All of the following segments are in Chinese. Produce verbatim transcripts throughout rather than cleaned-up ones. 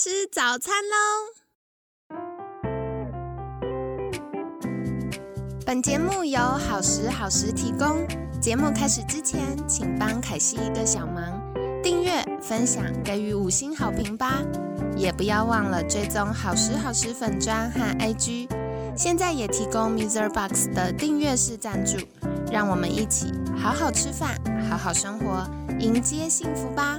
吃早餐喽！本节目由好时好时提供。节目开始之前，请帮凯西一个小忙，订阅、分享、给予五星好评吧！也不要忘了追踪好时好时粉专和 I G。现在也提供 Mixer Box 的订阅式赞助，让我们一起好好吃饭，好好生活，迎接幸福吧！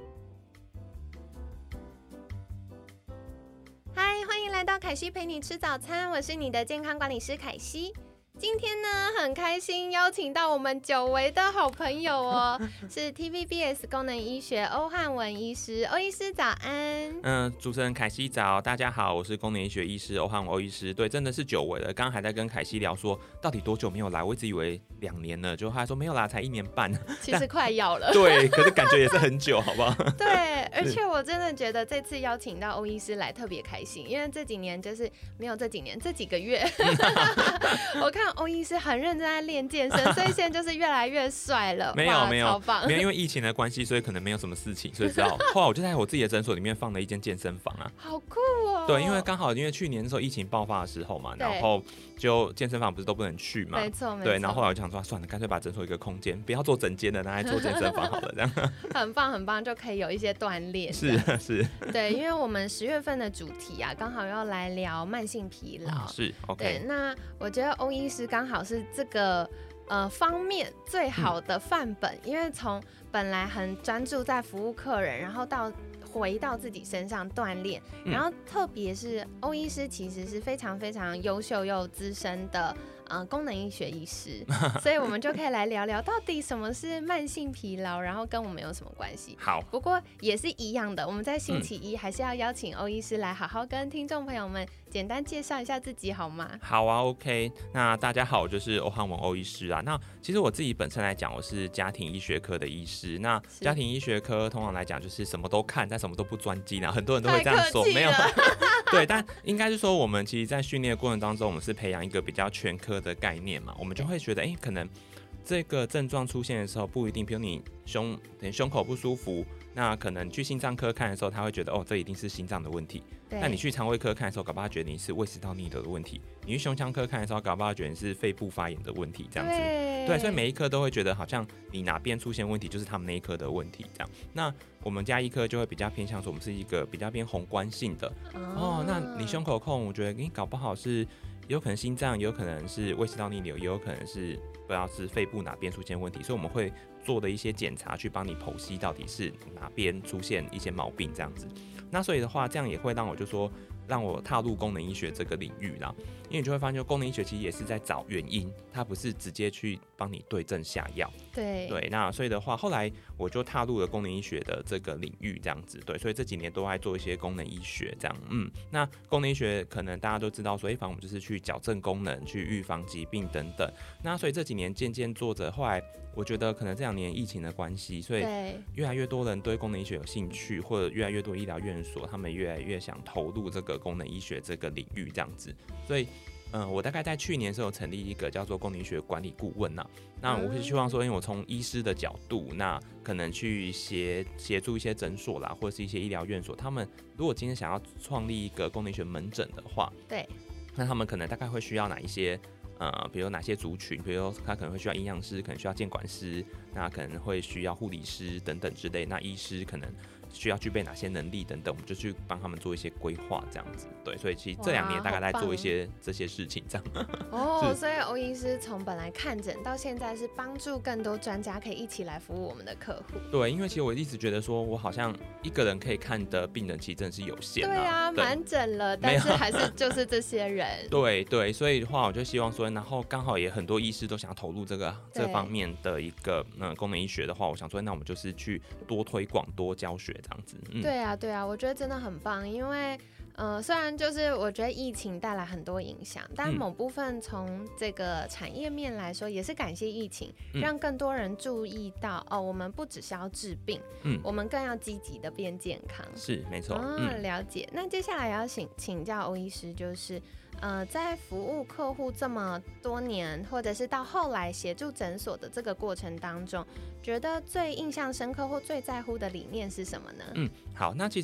嗨，欢迎来到凯西陪你吃早餐，我是你的健康管理师凯西。今天呢，很开心邀请到我们久违的好朋友哦，是 T V B S 功能医学欧汉文医师。欧医师早安。 嗯，主持人凯西早，大家好，我是功能医学医师欧汉文欧医师。对，真的是久违了。刚刚还在跟凯西聊说，到底多久没有来？我一直以为两年了，就他说没有啦，才一年半。 其实快要了。 对，可是感觉也是很久，好不好？ 对，而且我真的觉得这次邀请到欧医师来特别开心，因为这几年就是没有这几年这几个月，我看欧医师很认真在练健身，所以现在就是越来越帅了。 没有没有， 超棒！ 没有，因为疫情的关系，所以可能没有什么事情，所以知道。后来我就在我自己的诊所里面放了一间健身房啊， 好酷哦！ 对，因为刚好因为去年的时候疫情爆发的时候嘛，然后就健身房不是都不能去嘛， 没错没错。 对，然后后来我就想说，算了，干脆把诊所一个空间不要做整间的，拿来做健身房好了，这样。 很棒很棒，就可以有一些锻炼。 是是。 对，因为我们十月份的主题啊，刚好要来聊慢性疲劳。 哦、是 OK。 对，那我觉得欧医师刚好是这个呃方面最好的范本，嗯、因为从本来很专注在服务客人，然后到回到自己身上锻炼，嗯、然后特别是欧医师其实是非常非常优秀又资深的呃功能医学医师，所以我们就可以来聊聊到底什么是慢性疲劳，然后跟我们有什么关系。 好， 不过也是一样的，我们在星期一还是要邀请欧医师来好好跟听众朋友们简单介绍一下自己好吗？ 好啊 ，OK。那大家好，我就是欧汉文欧医师啊。那其实我自己本身来讲，我是家庭医学科的医师。那家庭医学科通常来讲就是什么都看，但什么都不专精啊。很多人都会这样说，没有。对，但应该是说我们其实，在训练的过程当中，我们是培养一个比较全科的概念嘛，我们就会觉得，哎、欸，可能这个症状出现的时候不一定，比如你胸胸口不舒服。那可能去心脏科看的时候，他会觉得哦，这一定是心脏的问题。那你去肠胃科看的时候，搞不好觉得你是胃食道逆流的问题。你去胸腔科看的时候，搞不好觉得你是肺部发炎的问题，这样子。 对， 对，所以每一科都会觉得好像你哪边出现问题，就是他们那一科的问题这样。那我们家医科就会比较偏向说，我们是一个比较偏宏观性的。哦，哦那你胸口痛，我觉得你搞不好是有可能心脏，有可能是胃食道逆流，也有可能是不知道是肺部哪边出现问题，所以我们会做的一些检查，去帮你剖析到底是哪边出现一些毛病这样子。那所以的话，这样也会让我就说，让我踏入功能医学这个领域啦。因为你就会发现，功能医学其实也是在找原因，它不是直接去帮你对症下药。 对对，那所以的话，后来我就踏入了功能医学的这个领域，这样子。对，所以这几年都在做一些功能医学这样。嗯，那功能医学可能大家都知道，说，反正我们就是去矫正功能，去预防疾病等等。那所以这几年渐渐做着，后来我觉得可能这两年疫情的关系，所以越来越多人对功能医学有兴趣，或者越来越多医疗院所，他们越来越想投入这个功能医学这个领域这样子。所以嗯，我大概在去年的时候成立一个叫做功能医学管理顾问呐、啊。那我是希望说，因为我从医师的角度，那可能去协协助一些诊所啦，或者是一些医疗院所，他们如果今天想要创立一个功能医学门诊的话， 对， 那他们可能大概会需要哪一些？呃，比如哪些族群，比如说他可能会需要营养师，可能需要监管师，那可能会需要护理师等等之类。那医师可能需要具备哪些能力等等，我们就去帮他们做一些规划，这样子。对，所以其实这两年大概在做一些这些事情，这样。 哦，所以欧医师从本来看诊到现在是帮助更多专家可以一起来服务我们的客户。 对，因为其实我一直觉得说，我好像一个人可以看的病人其实真的是有限、啊。 对啊，满诊了，但是还是就是这些人。 对对，所以的话，我就希望说，然后刚好也很多医师都想要投入这个这方面的一个呃功能医学的话，我想说，那我们就是去多推广、多教学这样子。嗯、 对啊，对啊，我觉得真的很棒，因为呃，虽然就是我觉得疫情带来很多影响，但某部分从这个产业面来说，也是感谢疫情，嗯、让更多人注意到哦，我们不只是要治病，嗯，我们更要积极的变健康。 是，没错。 哦、嗯，了解。那接下来要请请教欧医师，就是呃，在服务客户这么多年，或者是到后来协助诊所的这个过程当中，觉得最印象深刻或最在乎的理念是什么呢？ 嗯，好，那其实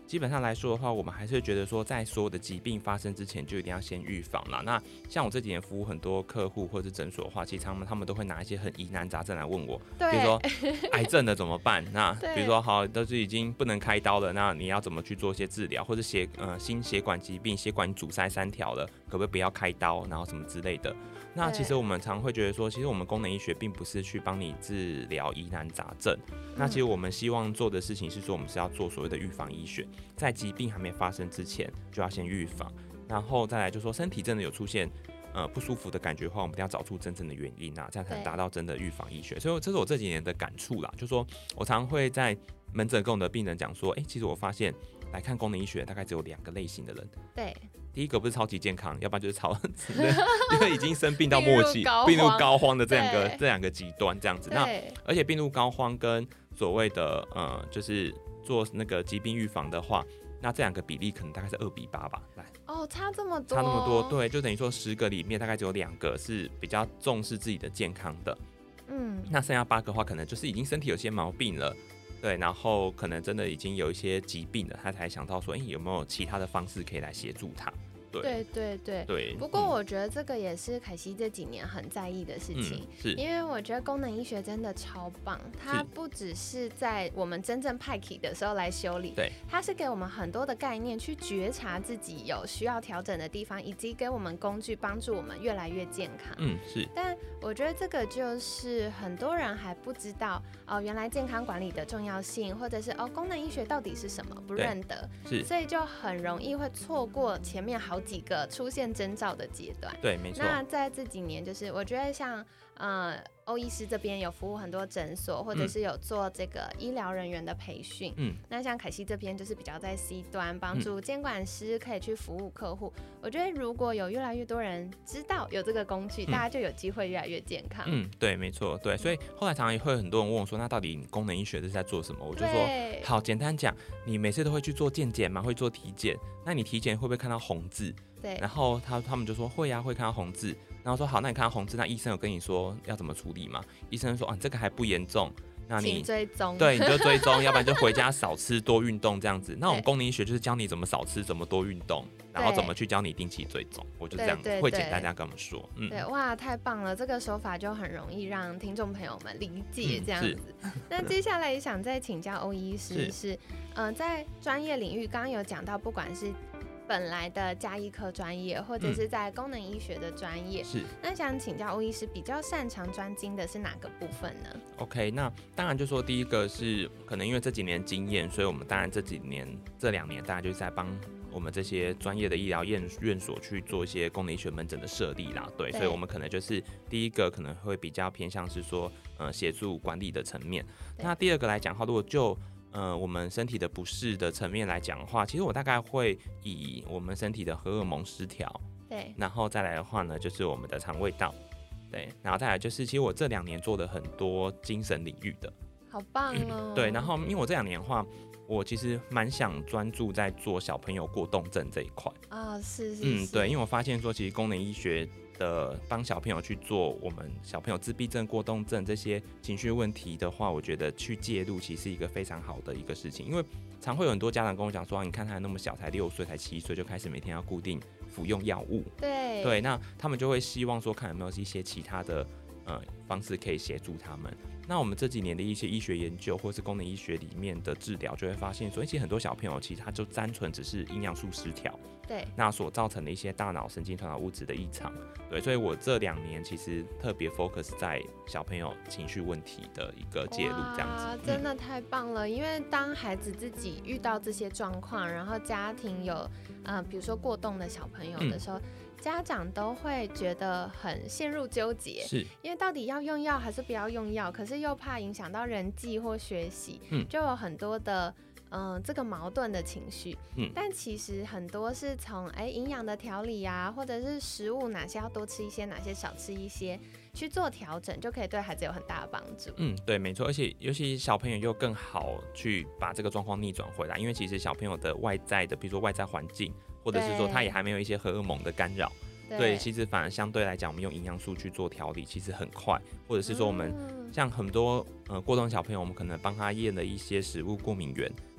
基本上来说的话，我们还是觉得说，在所有的疾病发生之前，就一定要先预防啦。那像我这几年服务很多客户或者诊所的话，其实他们他们都会拿一些很疑难杂症来问我，比如说癌症的怎么办？那比如说好，都是已经不能开刀了，那你要怎么去做一些治疗？或者血呃心血管疾病，血管阻塞三条了，可不可以不要开刀？然后什么之类的。那其实我们常会觉得说，其实我们功能医学并不是去帮你治疗疑难杂症。那其实我们希望做的事情是说，我们是要做所谓的预防医学，在疾病还没发生之前就要先预防，然后再来就说身体真的有出现呃不舒服的感觉的话，我们一定要找出真正的原因啊，这样才能达到真的预防医学。所以这是我这几年的感触啦，就说我常会在门诊跟我的病人讲说，哎、欸，其实我发现来看功能医学大概只有两个类型的人， 对。 第一个不是超级健康，要不然就是超因为已经生病到末期，病入膏肓的这两个这两个极端这样子。那而且病入膏肓跟所谓的呃，就是做那个疾病预防的话，那这两个比例可能大概是二比八吧。来， 哦，差这么多， 差那么多，对，就等于说十个里面大概只有两个是比较重视自己的健康的，嗯，那剩下八个的话，可能就是已经身体有些毛病了。对，然后可能真的已经有一些疾病了，他才想到说，哎、欸，有没有其他的方式可以来协助他？对对对对对。 不过我觉得这个也是凯西这几年很在意的事情， 嗯、是因为我觉得功能医学真的超棒，它不只是在我们真正派起的时候来修理， 对， 它是给我们很多的概念去觉察自己有需要调整的地方，以及给我们工具帮助我们越来越健康。 嗯，是。 但我觉得这个就是很多人还不知道哦，原来健康管理的重要性，或者是哦功能医学到底是什么，不认得， 是， 所以就很容易会错过前面好几个出现征兆的阶段。 对，没错。 那在这几年，就是我觉得像呃欧医师这边有服务很多诊所，或者是有做这个医疗人员的培训。嗯，那像凯西这边就是比较在 C 端，帮助监管师可以去服务客户。嗯、我觉得如果有越来越多人知道有这个工具，嗯、大家就有机会越来越健康。 嗯，对，没错，对。所以后来常常也会很多人问我说，那到底功能医学是在做什么？我就说，好，简单讲，你每次都会去做健检吗？会做体检？那你体检会不会看到红字？ 对。 然后他他们就说会啊，会看到红字。然后说好，那你看到红字，那医生有跟你说要怎么处理吗？医生说啊，这个还不严重，那你请追踪， 对，你就追踪，要不然就回家少吃多运动这样子。那我们功能医学就是教你怎么少吃，怎么多运动，然后怎么去教你定期追踪。我就这样会简单这样跟我们说。 嗯，对，哇，太棒了，这个手法就很容易让听众朋友们理解这样子。嗯、那接下来也想再请教欧医师是，嗯、呃，在专业领域刚刚有讲到，不管是本来的家医科专业，或者是在功能医学的专业， 是、嗯。 那想请教欧医师，比较擅长专精的是哪个部分呢 ？OK， 那当然就说第一个是可能因为这几年经验，所以我们当然这几年这两年大家就是在帮我们这些专业的医疗院院所去做一些功能医学门诊的设立啦，对，对，所以我们可能就是第一个可能会比较偏向是说呃协助管理的层面。那第二个来讲的话，如果就呃，我们身体的不适的层面来讲的话，其实我大概会以我们身体的荷尔蒙失调， 对， 然后再来的话呢，就是我们的肠胃道，对，然后再来就是，其实我这两年做的很多精神领域的， 好棒哦， 对，然后因为我这两年的话，我其实蛮想专注在做小朋友过动症这一块啊、哦，是是是， 嗯，对，因为我发现说，其实功能医学的帮小朋友去做我们小朋友自闭症、过动症这些情绪问题的话，我觉得去介入其实是一个非常好的一个事情。因为常会有很多家长跟我讲说、啊，你看他那么小，才六岁、才七岁就开始每天要固定服用药物， 对对，那他们就会希望说，看有没有一些其他的呃方式可以协助他们。那我们这几年的一些医学研究或是功能医学里面的治疗，就会发现说，其实很多小朋友其实他就单纯只是营养素失调， 对， 那所造成的一些大脑神经传导物质的异常，对，所以我这两年其实特别 focus 在小朋友情绪问题的一个介入，这样子， 真的太棒了。嗯、因为当孩子自己遇到这些状况，然后家庭有呃，比如说过动的小朋友的时候。嗯，家长都会觉得很陷入纠结， 是因为到底要用药还是不要用药，可是又怕影响到人际或学习，嗯，就有很多的嗯、呃、这个矛盾的情绪，嗯，但其实很多是从哎营养的调理啊，或者是食物哪些要多吃一些，哪些少吃一些，去做调整，就可以对孩子有很大的帮助。 嗯，对，没错，而且尤其小朋友又更好去把这个状况逆转回来，因为其实小朋友的外在的，比如说外在环境。或者是说他也还没有一些荷尔蒙的干扰，对，对，其实反而相对来讲，我们用营养素去做调理，其实很快。或者是说我们像很多呃过动小朋友，我们可能帮他验了一些食物过敏源，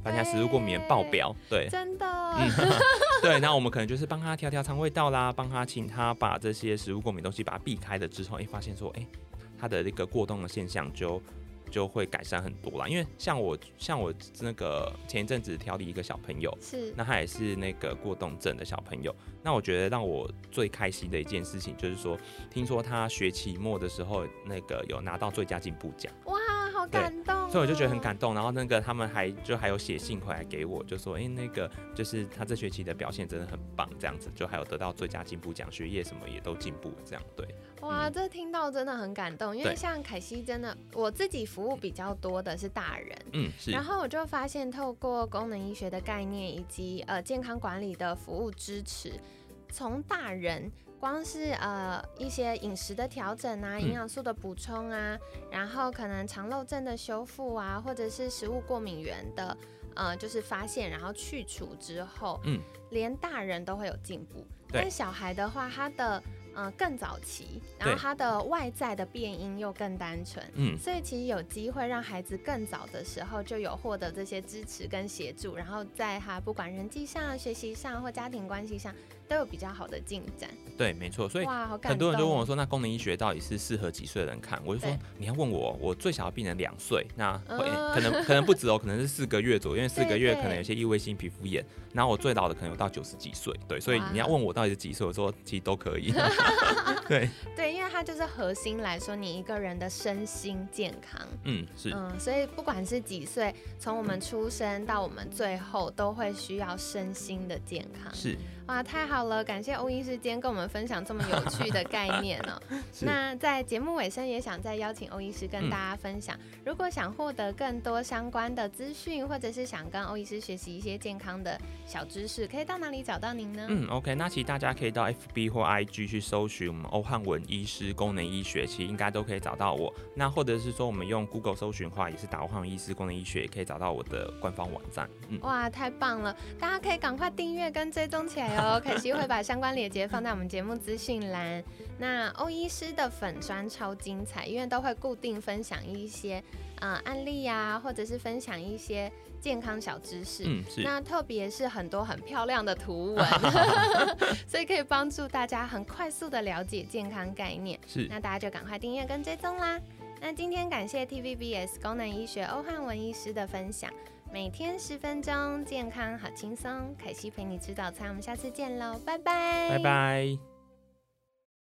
发现食物过敏爆表，对， 真的， 嗯，对，那我们可能就是帮他调调肠胃道啦，帮他请他把这些食物过敏东西把它避开了之后，哎、欸，发现说，哎、欸，他的那个过动的现象就就会改善很多啦。因为像我像我那个前一阵子调理一个小朋友， 是， 那他也是那个过动症的小朋友。那我觉得让我最开心的一件事情就是说，听说他学期末的时候那个有拿到最佳进步奖， 哇，好感动、哦， 所以我就觉得很感动。然后那个他们还就还有写信回来给我，就说，哎、欸，那个就是他这学期的表现真的很棒，这样子就还有得到最佳进步奖，学业什么也都进步，这样对。 哇，这听到真的很感动，因为像凯西真的，我自己服务比较多的是大人， 嗯，是。 然后我就发现，透过功能医学的概念以及呃健康管理的服务支持，从大人光是呃一些饮食的调整啊、营养素的补充啊，然后可能肠漏症的修复啊，或者是食物过敏源的呃就是发现，然后去除之后，嗯，连大人都会有进步。但小孩的话，他的呃更早期，然后他的外在的变因又更单纯，嗯，所以其实有机会让孩子更早的时候就有获得这些支持跟协助，然后在他不管人际上、学习上或家庭关系上都有比较好的进展。 对，没错。所以哇，好感动。 很多人就问我说，那功能医学到底是适合几岁的人看？我就说，你要问我，我最小的病人两岁，那会、呃、可能可能不止哦，可能是四个月左右，因为四个月可能有些异位性皮肤炎。然后我最老的可能有到九十几岁，对，所以你要问我到底是几岁，我说其实都可以。对对，因为它就是核心来说，你一个人的身心健康， 嗯，是， 嗯，所以不管是几岁，从我们出生到我们最后，都会需要身心的健康。 是， 哇，太好了，感谢欧医师今天跟我们分享这么有趣的概念哦。那在节目尾声，也想再邀请欧医师跟大家分享，嗯、如果想获得更多相关的资讯，或者是想跟欧医师学习一些健康的小知识，可以到哪里找到您呢？ 嗯 ，OK， 那其实大家可以到 F B 或 I G 去搜寻我们欧汉文医师功能医学，其实应该都可以找到我。那或者是说我们用 Google 搜寻的话，也是打欧汉文医师功能医学，也可以找到我的官方网站。嗯， 哇，太棒了！大家可以赶快订阅跟追踪起来哦。凯西会把相关链接放在我们节目资讯栏。那欧医师的粉专超精彩，因为都会固定分享一些呃案例啊，或者是分享一些健康小知识。嗯，是。那特别是很多很漂亮的图文，所以可以帮助大家很快速的了解健康概念。是。那大家就赶快订阅跟追踪啦。那今天感谢 T V B S 功能医学欧汉文医师的分享。每天十分钟，健康好轻松。凯西陪你吃早餐，我们下次见喽，拜拜， 拜拜。